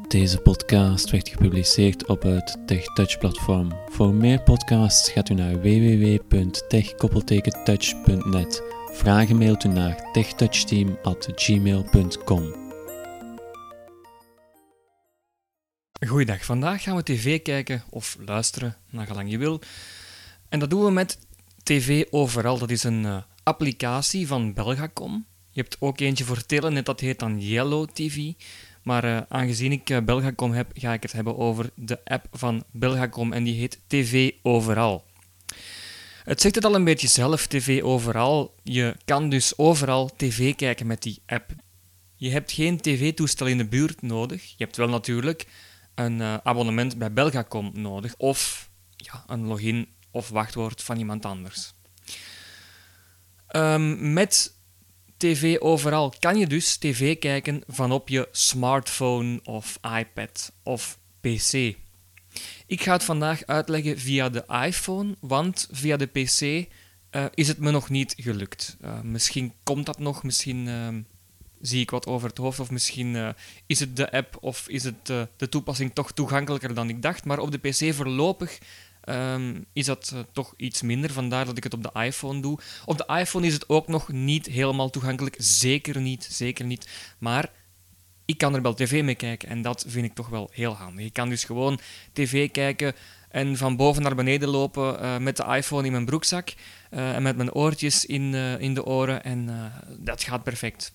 Deze podcast werd gepubliceerd op het TechTouch-platform. Voor meer podcasts gaat u naar www.tech-touch.net. Vragen mailt u naar techtouchteam@gmail.com. Goeiedag, vandaag gaan we tv kijken of luisteren, naar gelang je wil. En dat doen we met TV Overal. Dat is een applicatie van Belgacom. Je hebt ook eentje voor Telenet, dat heet dan Yellow TV. Maar aangezien ik Belgacom heb, ga ik het hebben over de app van Belgacom en die heet TV Overal. Het zegt het al een beetje zelf, TV Overal. Je kan dus overal tv kijken met die app. Je hebt geen tv-toestel in de buurt nodig. Je hebt wel natuurlijk een abonnement bij Belgacom nodig of een login of wachtwoord van iemand anders. Met TV Overal kan je dus tv kijken van op je smartphone of iPad of PC. Ik ga het vandaag uitleggen via de iPhone, want via de PC is het me nog niet gelukt. Misschien komt dat nog, misschien zie ik wat over het hoofd, of misschien is het de app of is het de toepassing toch toegankelijker dan ik dacht. Maar op de PC voorlopig is dat toch iets minder, vandaar dat ik het op de iPhone doe. Op de iPhone is het ook nog niet helemaal toegankelijk, zeker niet. Maar ik kan er wel tv mee kijken en dat vind ik toch wel heel handig. Je kan dus gewoon tv kijken en van boven naar beneden lopen met de iPhone in mijn broekzak en met mijn oortjes in de oren en dat gaat perfect.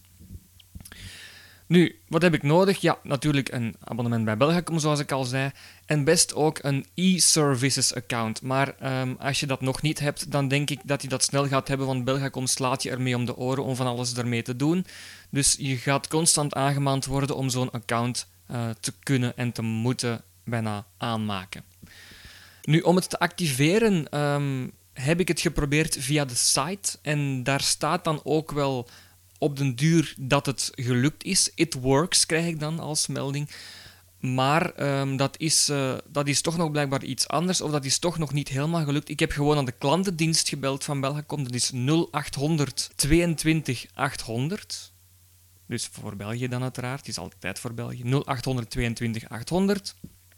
Nu, wat heb ik nodig? Ja, natuurlijk een abonnement bij Belgacom, zoals ik al zei. En best ook een e-services account. Maar als je dat nog niet hebt, dan denk ik dat je dat snel gaat hebben, want Belgacom slaat je ermee om de oren om van alles ermee te doen. Dus je gaat constant aangemaand worden om zo'n account te kunnen en te moeten bijna aanmaken. Nu, om het te activeren heb ik het geprobeerd via de site. En daar staat dan ook wel op den duur dat het gelukt is. It works, krijg ik dan als melding. Maar dat is toch nog blijkbaar iets anders, of dat is toch nog niet helemaal gelukt. Ik heb gewoon aan de klantendienst gebeld van Belgacom. Dat is 0800 22 800. Dus voor België dan uiteraard. Het is altijd voor België. 0800 22 800.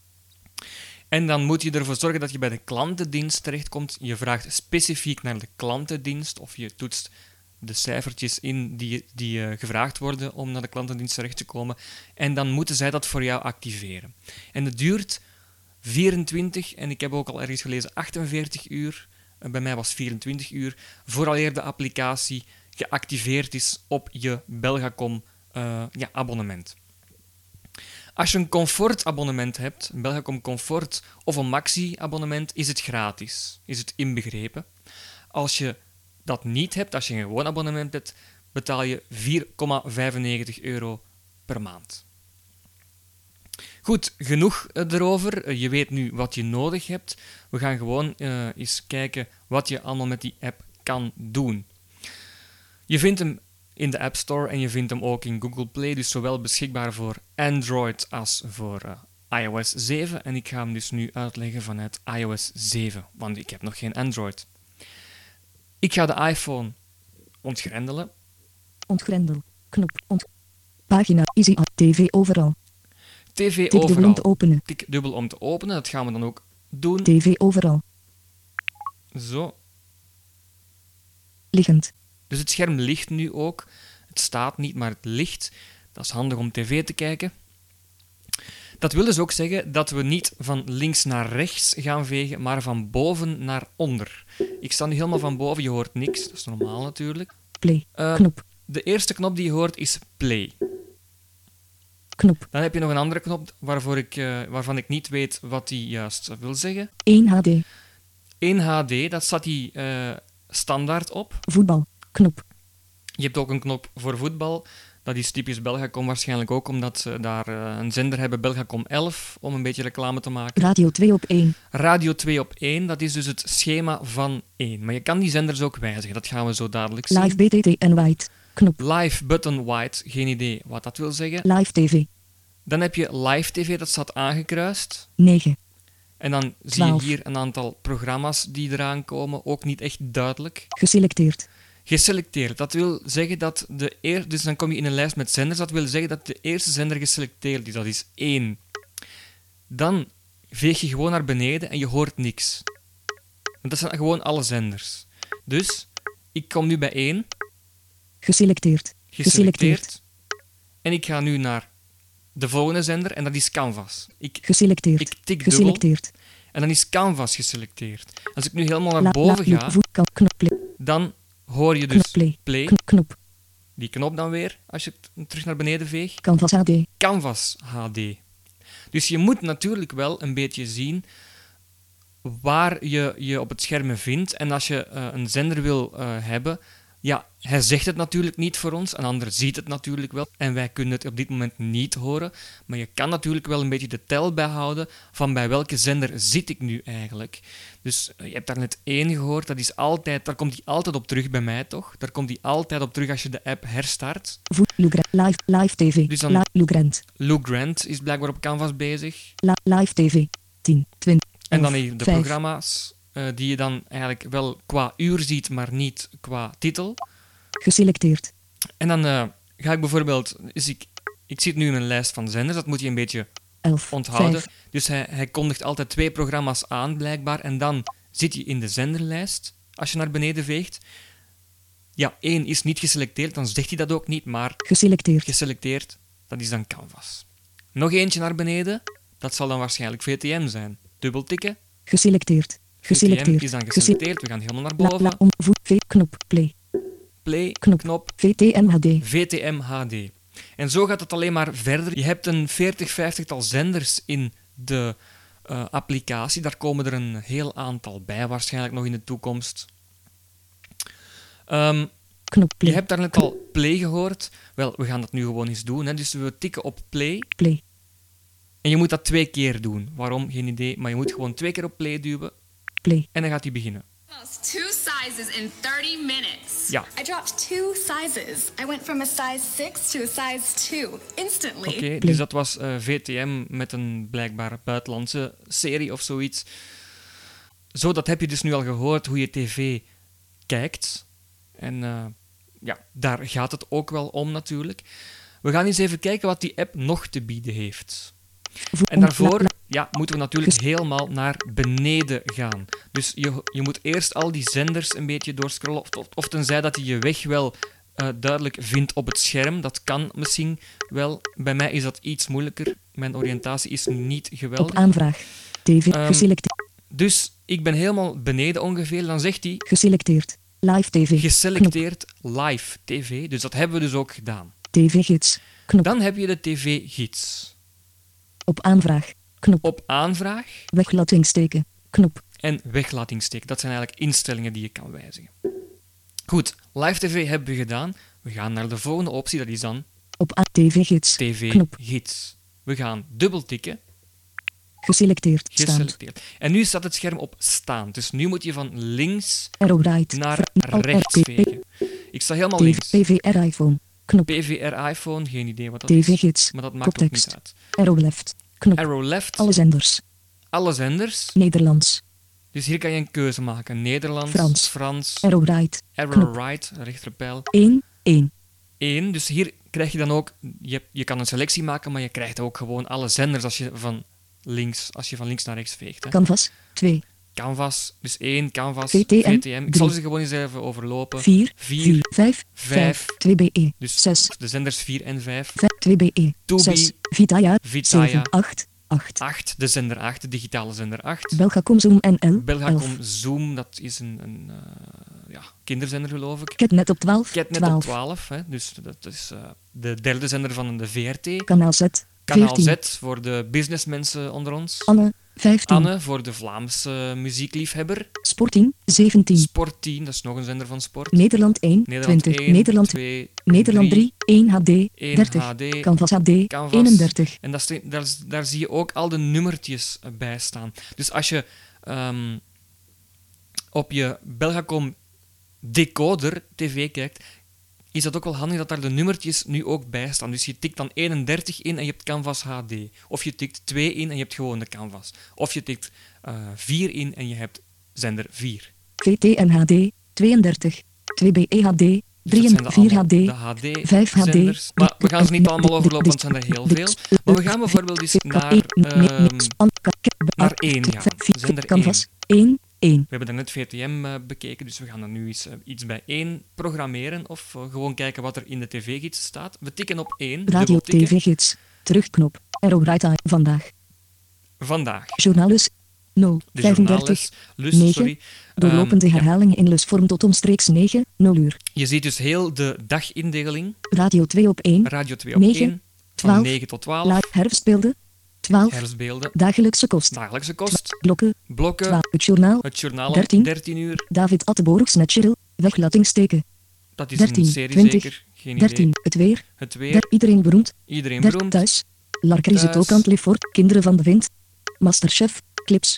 En dan moet je ervoor zorgen dat je bij de klantendienst terechtkomt. Je vraagt specifiek naar de klantendienst, of je toetst de cijfertjes in die gevraagd worden om naar de klantendienst terecht te komen. En dan moeten zij dat voor jou activeren. En het duurt 24, en ik heb ook al ergens gelezen 48 uur, bij mij was 24 uur, vooraleer de applicatie geactiveerd is op je Belgacom abonnement. Als je een Comfort-abonnement hebt, een Belgacom Comfort of een Maxi-abonnement, is het gratis, is het inbegrepen. Als je dat niet hebt, als je een gewoon abonnement hebt, betaal je €4,95 per maand. Goed, genoeg erover. Je weet nu wat je nodig hebt. We gaan gewoon eens kijken wat je allemaal met die app kan doen. Je vindt hem in de App Store en je vindt hem ook in Google Play, dus zowel beschikbaar voor Android als voor iOS 7. En ik ga hem dus nu uitleggen vanuit iOS 7, want ik heb nog geen Android. Ik ga de iPhone ontgrendelen. Ontgrendel. Knop. Pagina. Easy. TV Overal. TV Tik Overal. dubbel om te openen. Tik dubbel om te openen. Dat gaan we dan ook doen. TV Overal. Zo. Liggend. Dus het scherm ligt nu ook. Het staat niet, maar het ligt. Dat is handig om tv te kijken. Dat wil dus ook zeggen dat we niet van links naar rechts gaan vegen, maar van boven naar onder. Ik sta nu helemaal van boven, je hoort niks. Dat is normaal natuurlijk. Play. Knop. De eerste knop die je hoort is play. Knop. Dan heb je nog een andere knop waarvan ik niet weet wat die juist wil zeggen. 1 HD. 1 HD, dat staat die standaard op. Voetbal. Knop. Je hebt ook een knop voor voetbal. Dat is typisch Belgacom waarschijnlijk ook, omdat ze daar een zender hebben, Belgacom 11, om een beetje reclame te maken. Radio 2 op 1. Radio 2 op 1, dat is dus het schema van 1. Maar je kan die zenders ook wijzigen, dat gaan we zo dadelijk zien. Live BTT en White. Knop. Live button white, geen idee wat dat wil zeggen. Live TV. Dan heb je live TV, dat staat aangekruist. 9. En dan zie je hier een aantal programma's die eraan komen, ook niet echt duidelijk. Geselecteerd. Geselecteerd. Dat wil zeggen dat dus dan kom je in een lijst met zenders. Dat wil zeggen dat de eerste zender geselecteerd is. Dat is 1. Dan veeg je gewoon naar beneden en je hoort niks. Want dat zijn gewoon alle zenders. Dus ik kom nu bij 1. Geselecteerd. Geselecteerd. En ik ga nu naar de volgende zender en dat is Canvas. Geselecteerd. Ik tik dubbel Geselecteerd. en dan is Canvas geselecteerd. Als ik nu helemaal naar boven ga, Knop play. dan hoor je dus Knop play. Knop. Die knop dan weer, als je het terug naar beneden veegt. Canvas HD. Canvas HD. Dus je moet natuurlijk wel een beetje zien waar je je op het scherm vindt. En als je een zender wil hebben, ja, hij zegt het natuurlijk niet voor ons. Een ander ziet het natuurlijk wel. En wij kunnen het op dit moment niet horen. Maar je kan natuurlijk wel een beetje de tel bijhouden van bij welke zender zit ik nu eigenlijk. Dus je hebt daar net 1 gehoord. Daar komt hij altijd op terug bij mij, toch? Daar komt hij altijd op terug als je de app herstart. Live TV. Dus dan- Lou Grant. Lou Grant is blijkbaar op Canvas bezig. Live TV. 10, 20. En dan 11, hier de 5. programma's die je dan eigenlijk wel qua uur ziet, maar niet qua titel. Geselecteerd. En dan ga ik bijvoorbeeld... Ik zit nu in een lijst van zenders, dat moet je een beetje 11, onthouden. 5. Dus hij kondigt altijd 2 programma's aan, blijkbaar. En dan zit je in de zenderlijst, als je naar beneden veegt. Ja, 1 is niet geselecteerd, dan zegt hij dat ook niet, maar Geselecteerd. geselecteerd, dat is dan Canvas. Nog eentje naar beneden, dat zal dan waarschijnlijk VTM zijn. Dubbel tikken, Geselecteerd. VTM Geselecteerd. is dan geselecteerd, we gaan helemaal naar boven. Knop play. Play, Knop. knop, VTM HD. VTM HD. En zo gaat het alleen maar verder. Je hebt een 40-50-tal zenders in de applicatie. Daar komen er een heel aantal bij, waarschijnlijk nog in de toekomst. Knop Je play. hebt daar net al play gehoord. Wel, we gaan dat nu gewoon eens doen. Hè. Dus we tikken op play. Play. En je moet dat 2 keer doen. Waarom? Geen idee. Maar je moet gewoon 2 keer op play duwen. Play. En dan gaat hij beginnen. Lost 2 sizes in 30 minutes. Ja. I dropped 2 sizes. I went from a size 6 to a size 2 instantly. Oké, dus dat was VTM met een blijkbaar buitenlandse serie of zoiets. Zo, dat heb je dus nu al gehoord, hoe je tv kijkt. En ja, daar gaat het ook wel om natuurlijk. We gaan eens even kijken wat die app nog te bieden heeft. En daarvoor moeten we natuurlijk helemaal naar beneden gaan. Dus je moet eerst al die zenders een beetje doorscrollen. Of tenzij dat je je weg wel duidelijk vindt op het scherm. Dat kan misschien wel. Bij mij is dat iets moeilijker. Mijn oriëntatie is niet Op geweldig. aanvraag. TV. Geselecteerd. Dus ik ben helemaal beneden ongeveer. Dan zegt hij Geselecteerd. Live TV. geselecteerd live tv. Dus dat hebben we dus ook gedaan. TV-gids. Knop. Dan heb je de tv-gids. Op aanvraag. Knop. Op aanvraag Weglatingsteken. Knop. en weglatingsteken. Dat zijn eigenlijk instellingen die je kan wijzigen. Goed, live tv hebben we gedaan. We gaan naar de volgende optie, dat is dan Op TV-gids. Knop. tv-gids. We gaan dubbel tikken, Geselecteerd. Staand. geselecteerd. En nu staat het scherm op staan. Dus nu moet je van links Arrow right. naar Alt rechts RTP. vegen. Ik sta helemaal links. PVR iPhone. Knop. PVR iPhone, geen idee wat dat is. TV-gids. Maar dat maakt ook Koptekst. niet uit. Arrow left. Knop. Arrow left, Alle zenders. alle zenders. Nederlands. Dus hier kan je een keuze maken. Nederlands, Frans. Arrow right. Arrow right, rechterpijl. 1. 1. 1. Dus hier krijg je dan ook... Je kan een selectie maken, maar je krijgt ook gewoon alle zenders als je van links naar rechts veegt. Hè. Canvas. 2. Canvas, dus 1, Canvas, VTM, Ik zal 3. ze gewoon eens even overlopen. 4. 4, 5. 5. 2 BE. Dus 6. de zenders 4 en 5. 2 BE. Tubi, 6. Vitaya. Vitaya. 7. 8. 8. 8, de zender 8, de digitale zender 8. Belgacom Zoom NL. Belgacom 11. Zoom, dat is een kinderzender geloof ik. Catnet op 12. Catnet 12. op 12, hè, dus dat is de derde zender van de VRT. Kanaal Z. Kanaal 14. Z voor de businessmensen onder ons. Anne. 15. Anne voor de Vlaamse muziekliefhebber. Sporting. 17. Sport 10, dat is nog een zender van sport. Nederland 1. Nederland 20. 1, Nederland 2, Nederland 3. 1 HD. 1 30. HD. Canvas HD. Canvas. 31. En daar zie je ook al de nummertjes bij staan. Dus als je op je Belgacom decoder tv kijkt, is dat ook wel handig dat daar de nummertjes nu ook bij staan. Dus je tikt dan 31 in en je hebt Canvas HD. Of je tikt 2 in en je hebt gewoon de Canvas. Of je tikt 4 in en je hebt zender 4. VTM HD. 32. 2B EHD, 3 Dus dat en zijn 4 HD, de HD 5 HD. zenders. Maar we gaan ze niet allemaal overlopen, want het zijn er heel veel. Maar we gaan bijvoorbeeld eens naar 1 gaan. Zender 1. Canvas 1, 1. We hebben daarnet VTM bekeken, dus we gaan er nu eens iets bij 1 programmeren of gewoon kijken wat er in de tv-gids staat. We tikken op 1, Radio dubbeltikken. TV-gids. Terugknop. Arrow right eye. Vandaag. Vandaag. Journalus 0, De 35, journaalles, 9. sorry. Doorlopende Ja. herhalingen in lusvorm tot omstreeks 9, 0 uur. Je ziet dus heel de dagindeling. Radio 2 op 1. Radio 2 op 9, 1, van 12, 9 tot 12. Live herfstbeelden. 12. Herfstbeelden, Dagelijkse kost. dagelijkse kost, Blokken. blokken, 12. Het journaal. het journaal 13. 13 uur. David Attenborough Snatcheril. Weglatingsteken. Dat is 13, een serie 20, zeker, geen idee. 13. Het weer. Het weer, Iedereen beroemd. iedereen 13. beroemd. Thuis. Larker Thuis. Tokant Lefort. Kinderen van de Wind. Masterchef. Clips.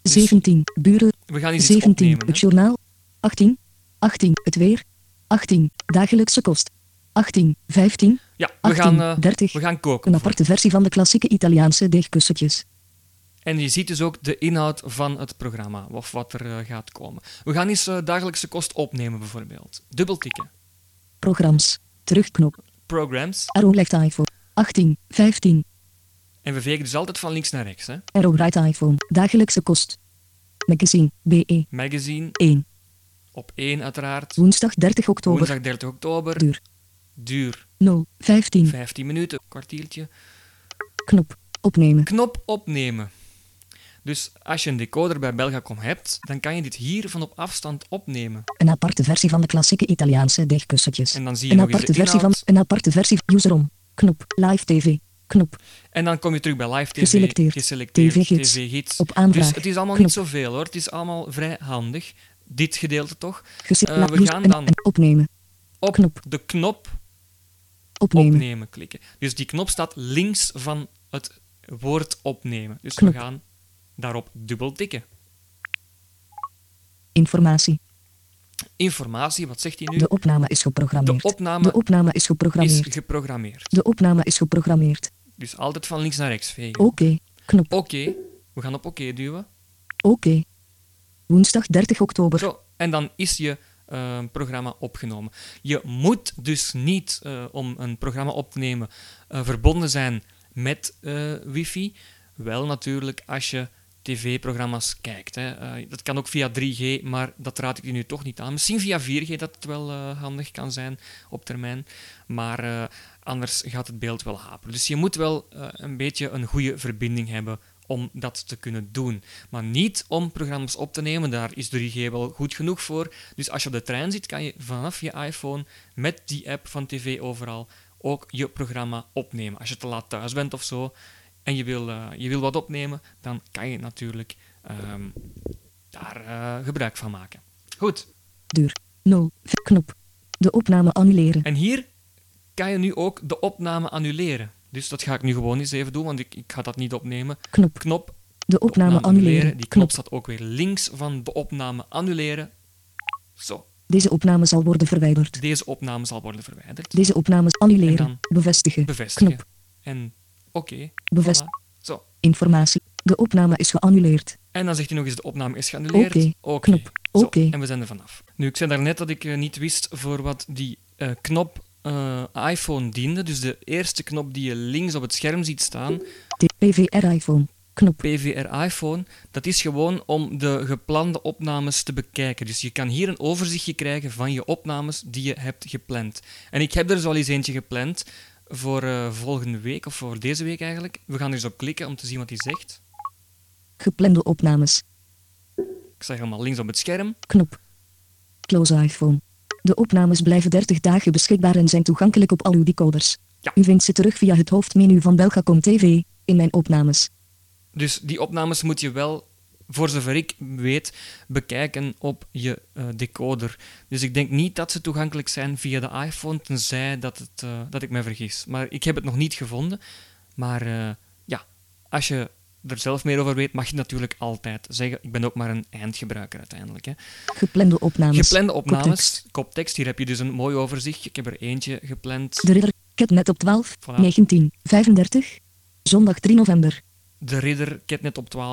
17. Buren. We gaan eens iets 17. opnemen. Het Hè. journaal. 18. 18. Het weer. 18. Dagelijkse kost. 18. 15. Ja, we 18. gaan, 30. we gaan koken. Een aparte versie van de klassieke Italiaanse deegkussentjes. En je ziet dus ook de inhoud van het programma, of wat er gaat komen. We gaan eens dagelijkse kost opnemen, bijvoorbeeld. Dubbeltikken. Programs. Terugknop. Programs. Arrow left iPhone. 18. 15. En we vegen dus altijd van links naar rechts. Hè. Arrow right iPhone. Dagelijkse kost. Magazine. BE. Magazine, 1. op 1 uiteraard. Woensdag 30 oktober. Woensdag 30 oktober. Duur. Duur 0. 15. 15 minuten, kwartiertje. Knop. Opnemen. Knop opnemen. Dus als je een decoder bij Belgacom hebt, dan kan je dit hier van op afstand opnemen. Een aparte versie van de klassieke Italiaanse deegkussentjes. En dan zie je Een nog eens aparte de versie van. inhoud. Een aparte versie. Userom. Knop. Live TV. Knop. En dan kom je terug bij Live TV. Geselecteerd. TV-gids. TV-gids. Op aanvraag. Dus het is allemaal Knop. niet zoveel hoor. Het is allemaal vrij handig. Dit gedeelte toch. Gese- we gaan dan en opnemen. op Knop. de knop Opnemen. opnemen klikken. Dus die knop staat links van het woord opnemen. Dus Knop. we gaan daarop dubbel tikken. Informatie. Informatie, wat zegt hij nu? De opname is geprogrammeerd. De opname De opname is is geprogrammeerd. geprogrammeerd. De opname is geprogrammeerd. Dus altijd van links naar rechts vegen. Oké. Knop. Oké. We gaan op oké duwen. Oké. Woensdag 30 oktober. Zo, en dan is je programma opgenomen. Je moet dus niet, om een programma op te nemen, verbonden zijn met wifi. Wel natuurlijk als je tv-programma's kijkt. Hè. Dat kan ook via 3G, maar dat raad ik je nu toch niet aan. Misschien via 4G dat het wel handig kan zijn op termijn. Maar anders gaat het beeld wel haperen. Dus je moet wel een beetje een goede verbinding hebben om dat te kunnen doen. Maar niet om programma's op te nemen, daar is 3G wel goed genoeg voor. Dus als je op de trein zit, kan je vanaf je iPhone met die app van TV Overal ook je programma opnemen. Als je te laat thuis bent of zo en je wil wat opnemen, dan kan je natuurlijk daar gebruik van maken. Goed. Duur. 0. Knop. De opname annuleren. En hier kan je nu ook de opname annuleren. Dus dat ga ik nu gewoon eens even doen, want ik ga dat niet opnemen. Knop. Knop. De opname annuleren. Die knop Knop. staat ook weer links van de opname annuleren. Zo, Deze opname zal worden verwijderd. deze opname zal worden verwijderd. Deze opnames En annuleren. dan Bevestigen. Bevestigen. Knop. En oké. Bevest- Voilà. Zo. Informatie. De opname is geannuleerd. En dan zegt hij nog eens, de opname is geannuleerd. Oké. Knop. Zo, Oké. En we zijn er vanaf. Nu, ik zei daarnet dat ik niet wist voor wat die knop iPhone diende. Dus de eerste knop die je links op het scherm ziet staan, PVR iPhone. Knop. PVR iPhone, dat is gewoon om de geplande opnames te bekijken. Dus je kan hier een overzichtje krijgen van je opnames die je hebt gepland. En ik heb er zo al eens eentje gepland voor volgende week, of voor deze week eigenlijk. We gaan er eens op klikken om te zien wat hij zegt. Geplande opnames. Ik sta helemaal links op het scherm. Knop. Close iPhone. De opnames blijven 30 dagen beschikbaar en zijn toegankelijk op al uw decoders. Ja. U vindt ze terug via het hoofdmenu van Belgacom TV, in mijn opnames. Dus die opnames moet je wel, voor zover ik weet, bekijken op je decoder. Dus ik denk niet dat ze toegankelijk zijn via de iPhone, tenzij dat ik me vergis. Maar ik heb het nog niet gevonden. Maar ja, als je er zelf meer over weet, mag je natuurlijk altijd zeggen. Ik ben ook maar een eindgebruiker uiteindelijk. Hè. Geplande opnames. Geplande opnames, Koptekst. koptekst. Hier heb je dus een mooi overzicht. Ik heb er eentje gepland. De Ridder, Ketnet op 12, Voilà. 1935. Zondag 3 november. De Ridder, Ketnet op 12,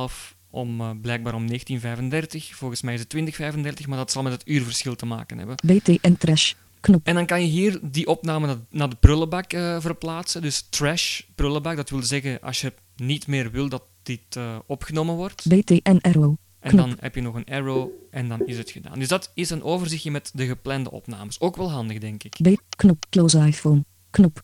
blijkbaar om 1935. Volgens mij is het 2035, maar dat zal met het uurverschil te maken hebben. BTN Trash. Knop. En dan kan je hier die opname naar de prullenbak verplaatsen. Dus trash, prullenbak, dat wil zeggen als je niet meer wil dat dit opgenomen wordt. BTN Arrow. En Knop. dan heb je nog een arrow en dan is het gedaan. Dus dat is een overzichtje met de geplande opnames. Ook wel handig, denk ik. Knop. Close iPhone. Knop.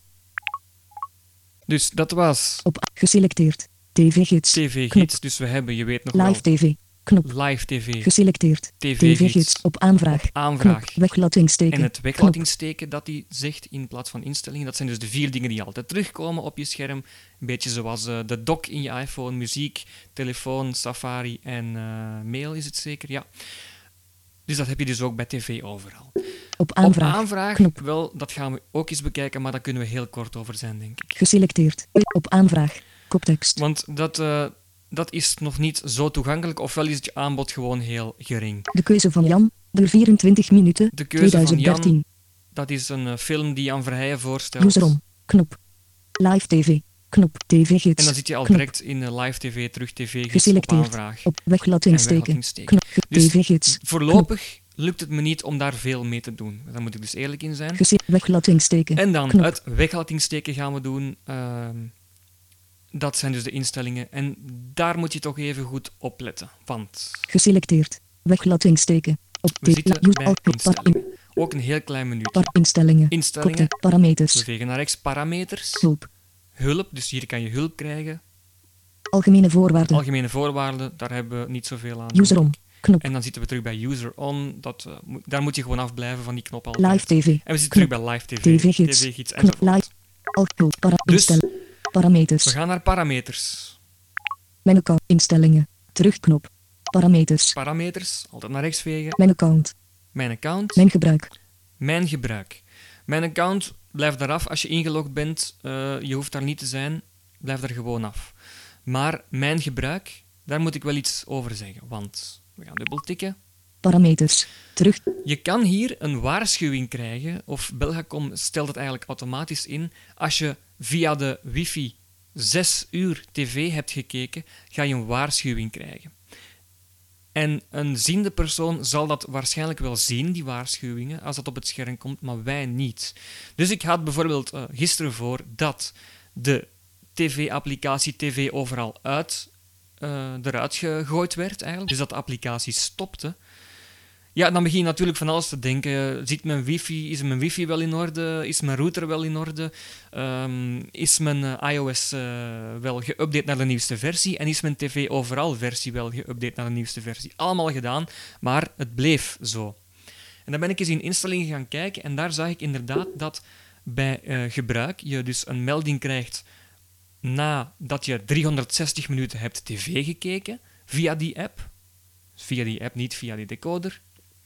Dus dat was Op geselecteerd. TV-gids. TV-gids. Dus we hebben, je weet nog Live TV. Knop. wel, live TV, Geselecteerd. TV-gids. TV-gids. Op aanvraag. Aanvraag. Knop. Weglatingsteken. En het weglatingsteken dat hij zegt in plaats van instellingen, dat zijn dus de 4 dingen die altijd terugkomen op je scherm. Een beetje zoals de dock in je iPhone, muziek, telefoon, Safari en mail is het zeker, ja. Dus dat heb je dus ook bij tv overal. Op aanvraag. Op aanvraag, Knop. wel, dat gaan we ook eens bekijken, maar daar kunnen we heel kort over zijn, denk ik. Geselecteerd. Op aanvraag. Koptekst. Want dat is nog niet zo toegankelijk, ofwel is het je aanbod gewoon heel gering. De keuze van Jan. De 24 minuten. De keuze van 2013. Jan, dat is een film die Jan Verheijen voorstelt. Userom. Knop. Live TV. Knop. TV-gids. En dan zit je al Knop. direct in live tv, terug tv-gids op Geselecteerd. aanvraag. Op weglatingsteken. weglatingsteken. Knop. Dus TV-gids. voorlopig lukt het me niet om daar veel mee te doen. Daar moet ik dus eerlijk in zijn. Weglatingsteken. En dan Knop. het weglatingsteken gaan we doen. Dat zijn dus de instellingen. En daar moet je toch even goed op letten. Want Geselecteerd. Weglatingsteken. Op we zitten bij instellingen. instellingen. Ook een heel klein minuutje. Instellingen. Instellingen. Kopte. Parameters. We vegen naar rechts. Parameters. Hulp. Hulp. Dus hier kan je hulp krijgen. Algemene voorwaarden. Algemene voorwaarden. Daar hebben we niet zoveel aan. Userom. Knop. En dan zitten we terug bij user on. Daar moet je gewoon afblijven van die knop altijd. Live TV. En we zitten terug bij live tv. TV-gids. TV-gids Knop. enzovoort. Live. Alcohol. Dus Parameters. we gaan naar parameters. Mijn account. Instellingen. Terugknop. Parameters. Parameters. Altijd naar rechts vegen. Mijn account. Mijn account. Mijn gebruik. Mijn gebruik. Mijn account blijft eraf als je ingelogd bent. Je hoeft daar niet te zijn. Blijf er gewoon af. Maar mijn gebruik, daar moet ik wel iets over zeggen. Want we gaan dubbel tikken. Parameters. Terug. Je kan hier een waarschuwing krijgen, of Belgacom stelt het eigenlijk automatisch in. Als je via de wifi 6 uur tv hebt gekeken, ga je een waarschuwing krijgen. En een ziende persoon zal dat waarschijnlijk wel zien, die waarschuwingen, als dat op het scherm komt, maar wij niet. Dus ik had bijvoorbeeld gisteren voor dat de tv-applicatie TV overal eruit gegooid werd, eigenlijk. Dus dat de applicatie stopte. Ja, dan begin je natuurlijk van alles te denken. Is mijn wifi wel in orde? Is mijn router wel in orde? Is mijn iOS wel geüpdate naar de nieuwste versie? En is mijn TV overal versie wel geüpdate naar de nieuwste versie? Allemaal gedaan, maar het bleef zo. En dan ben ik eens in instellingen gaan kijken en daar zag ik inderdaad dat bij gebruik je dus een melding krijgt nadat je 360 minuten hebt tv gekeken via die app. Via die app, niet via die decoder.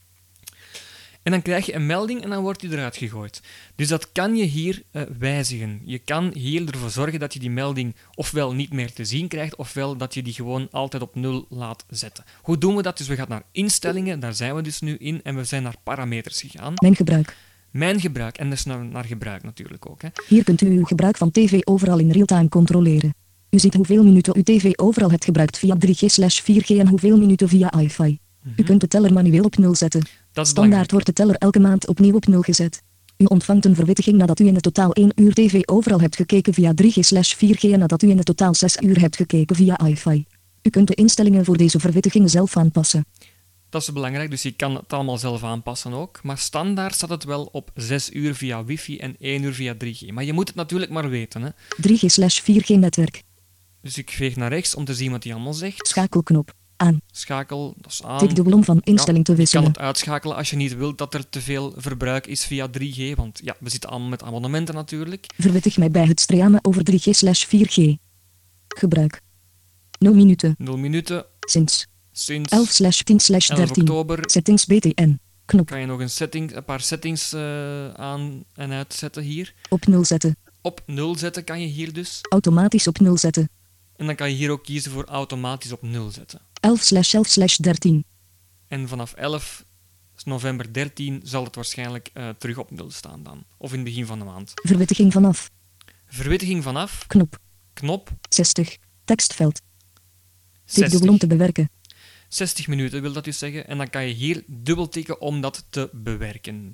En dan krijg je een melding en dan wordt die eruit gegooid. Dus dat kan je hier wijzigen. Je kan hier ervoor zorgen dat je die melding ofwel niet meer te zien krijgt, ofwel dat je die gewoon altijd op 0 laat zetten. Hoe doen we dat? Dus we gaan naar instellingen, daar zijn we dus nu in, en we zijn naar parameters gegaan. Mijn gebruik. Mijn gebruik, en dus naar gebruik natuurlijk ook. Hè. Hier kunt u uw gebruik van tv overal in real-time controleren. U ziet hoeveel minuten u tv overal hebt gebruikt via 3G/4G en hoeveel minuten via wifi. U kunt de teller manueel op 0 zetten. Dat is Standaard belangrijk. wordt de teller elke maand opnieuw op 0 gezet. U ontvangt een verwittiging nadat u in het totaal 1 uur tv overal hebt gekeken via 3G/4G en nadat u in het totaal 6 uur hebt gekeken via wifi. U kunt de instellingen voor deze verwittigingen zelf aanpassen. Dat is belangrijk, dus je kan het allemaal zelf aanpassen ook. Maar standaard staat het wel op 6 uur via wifi en 1 uur via 3G. Maar je moet het natuurlijk maar weten. Hè. 3G/4G netwerk. Dus ik veeg naar rechts om te zien wat hij allemaal zegt. Schakelknop. Aan. Schakel, dat is aan. Tik dubbel om van instelling te Je kan wisselen. het uitschakelen als je niet wilt dat er te veel verbruik is via 3G. Want ja, we zitten allemaal met abonnementen natuurlijk. Verwittig mij bij het streamen over 3G/4G. Gebruik. 0 minuten. 0 minuten Sinds sinds 11/10/13. 11 oktober. Settings BTN. Knop. Kan je nog een paar settings aan en uitzetten hier. Op 0 zetten. Op 0 zetten kan je hier dus. Automatisch op 0 zetten. En dan kan je hier ook kiezen voor automatisch op 0 zetten. 11/11/13. En vanaf 11 november 13 zal het waarschijnlijk terug op 0 staan dan. Of in het begin van de maand. Verwittiging vanaf. Verwittiging vanaf. Knop. Knop. 60. Tekstveld. Tik dubbel om te bewerken. 60 minuten wil dat dus zeggen. En dan kan je hier dubbel tikken om dat te bewerken.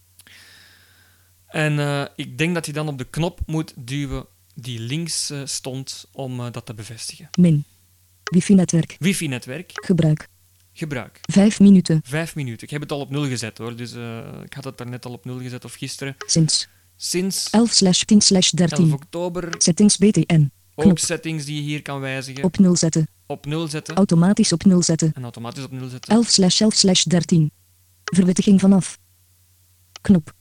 En ik denk dat je dan op de knop moet duwen die links stond om dat te bevestigen. Min. Wifi-netwerk. Wifi-netwerk. Gebruik. 5 minuten. 5 minuten. Ik heb het al op 0 gezet hoor. Dus ik had het daarnet al op 0 gezet of gisteren. Sinds 11/10/13. oktober. Settings BTN. Ook Knop. settings die je hier kan wijzigen. Op 0 zetten. Op 0 zetten. Automatisch op 0 zetten. En automatisch op 0 zetten. 11/11/13. Verwittiging vanaf. Knop.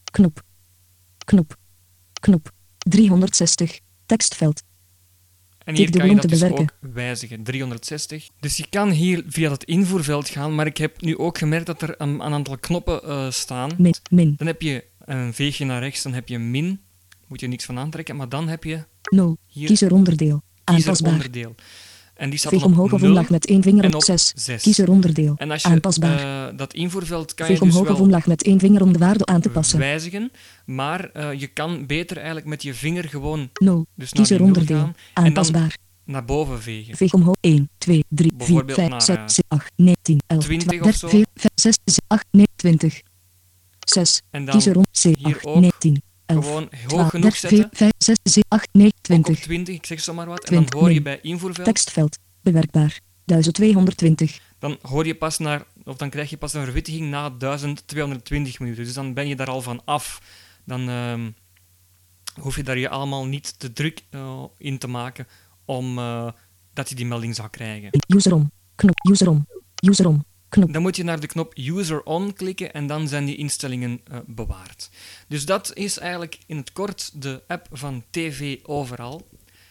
360. Tekstveld. En hier Tik kan je dubbel dat om dus te ook wijzigen. 360. Dus je kan hier via het invoerveld gaan, maar ik heb nu ook gemerkt dat er een aantal knoppen staan. Min. Dan heb je een veegje naar rechts, dan heb je min. Moet je niks van aantrekken, maar dan heb je 0. hier Kiezeronderdeel. Aanpasbaar. kiezeronderdeel. En die staat Veeg dan op omhoog of 0 omlaag met één vinger en op op 6. 6. Kiezeronderdeel. En als je Aanpasbaar. dat invoerveld kan je Veeg dus omhoog of wel omlaag met één vinger om de waarde aan te passen. wijzigen, maar je kan beter eigenlijk met je vinger gewoon 0. dus naar die 0 Kiezeronderdeel. gaan en dan Aanpasbaar. naar boven vegen. Veeg omhoog 1, 2, 3, 4, Bijvoorbeeld 5, naar, 6, 7, 8, 9, 10, 11, 20 12, of 13, zo. 14, 15, 16, 17, 8, 9, 20. 6. En dan Kiezer rond C, hier 8, ook 19, 11, gewoon 12, hoog genoeg 13, zetten. 5, 6, 7, 8, 9, Ook op 20. 20, ik zeg zomaar wat. En 20, dan hoor je min. bij invoerveld, Tekstveld. Bewerkbaar. 1220. dan hoor je pas of dan krijg je pas een verwittiging na 1220 minuten. Dus dan ben je daar al van af. Dan hoef je daar je allemaal niet te druk in te maken om dat je die melding zou krijgen. Userom. Knop. Userom. Knop. Dan moet je naar de knop User On klikken en dan zijn die instellingen bewaard. Dus dat is eigenlijk in het kort de app van TV Overal.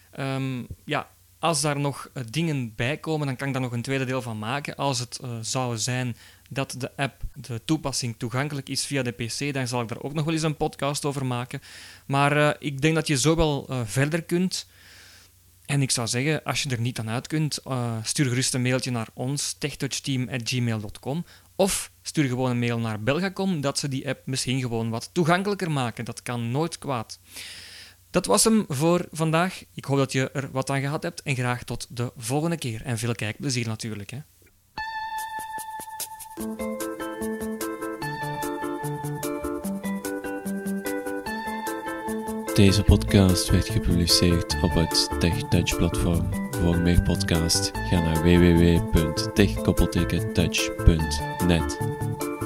Als daar nog dingen bij komen, dan kan ik daar nog een tweede deel van maken. Als het zou zijn dat de app, de toepassing, toegankelijk is via de PC, dan zal ik daar ook nog wel eens een podcast over maken. Maar ik denk dat je zo wel verder kunt. En ik zou zeggen, als je er niet aan uit kunt, stuur gerust een mailtje naar ons, techtouchteam@gmail.com. Of stuur gewoon een mail naar Belgacom, dat ze die app misschien gewoon wat toegankelijker maken. Dat kan nooit kwaad. Dat was hem voor vandaag. Ik hoop dat je er wat aan gehad hebt en graag tot de volgende keer. En veel kijkplezier natuurlijk, hè. Deze podcast werd gepubliceerd op het TechTouch-platform. Voor meer podcasts ga naar www.tech-touch.net.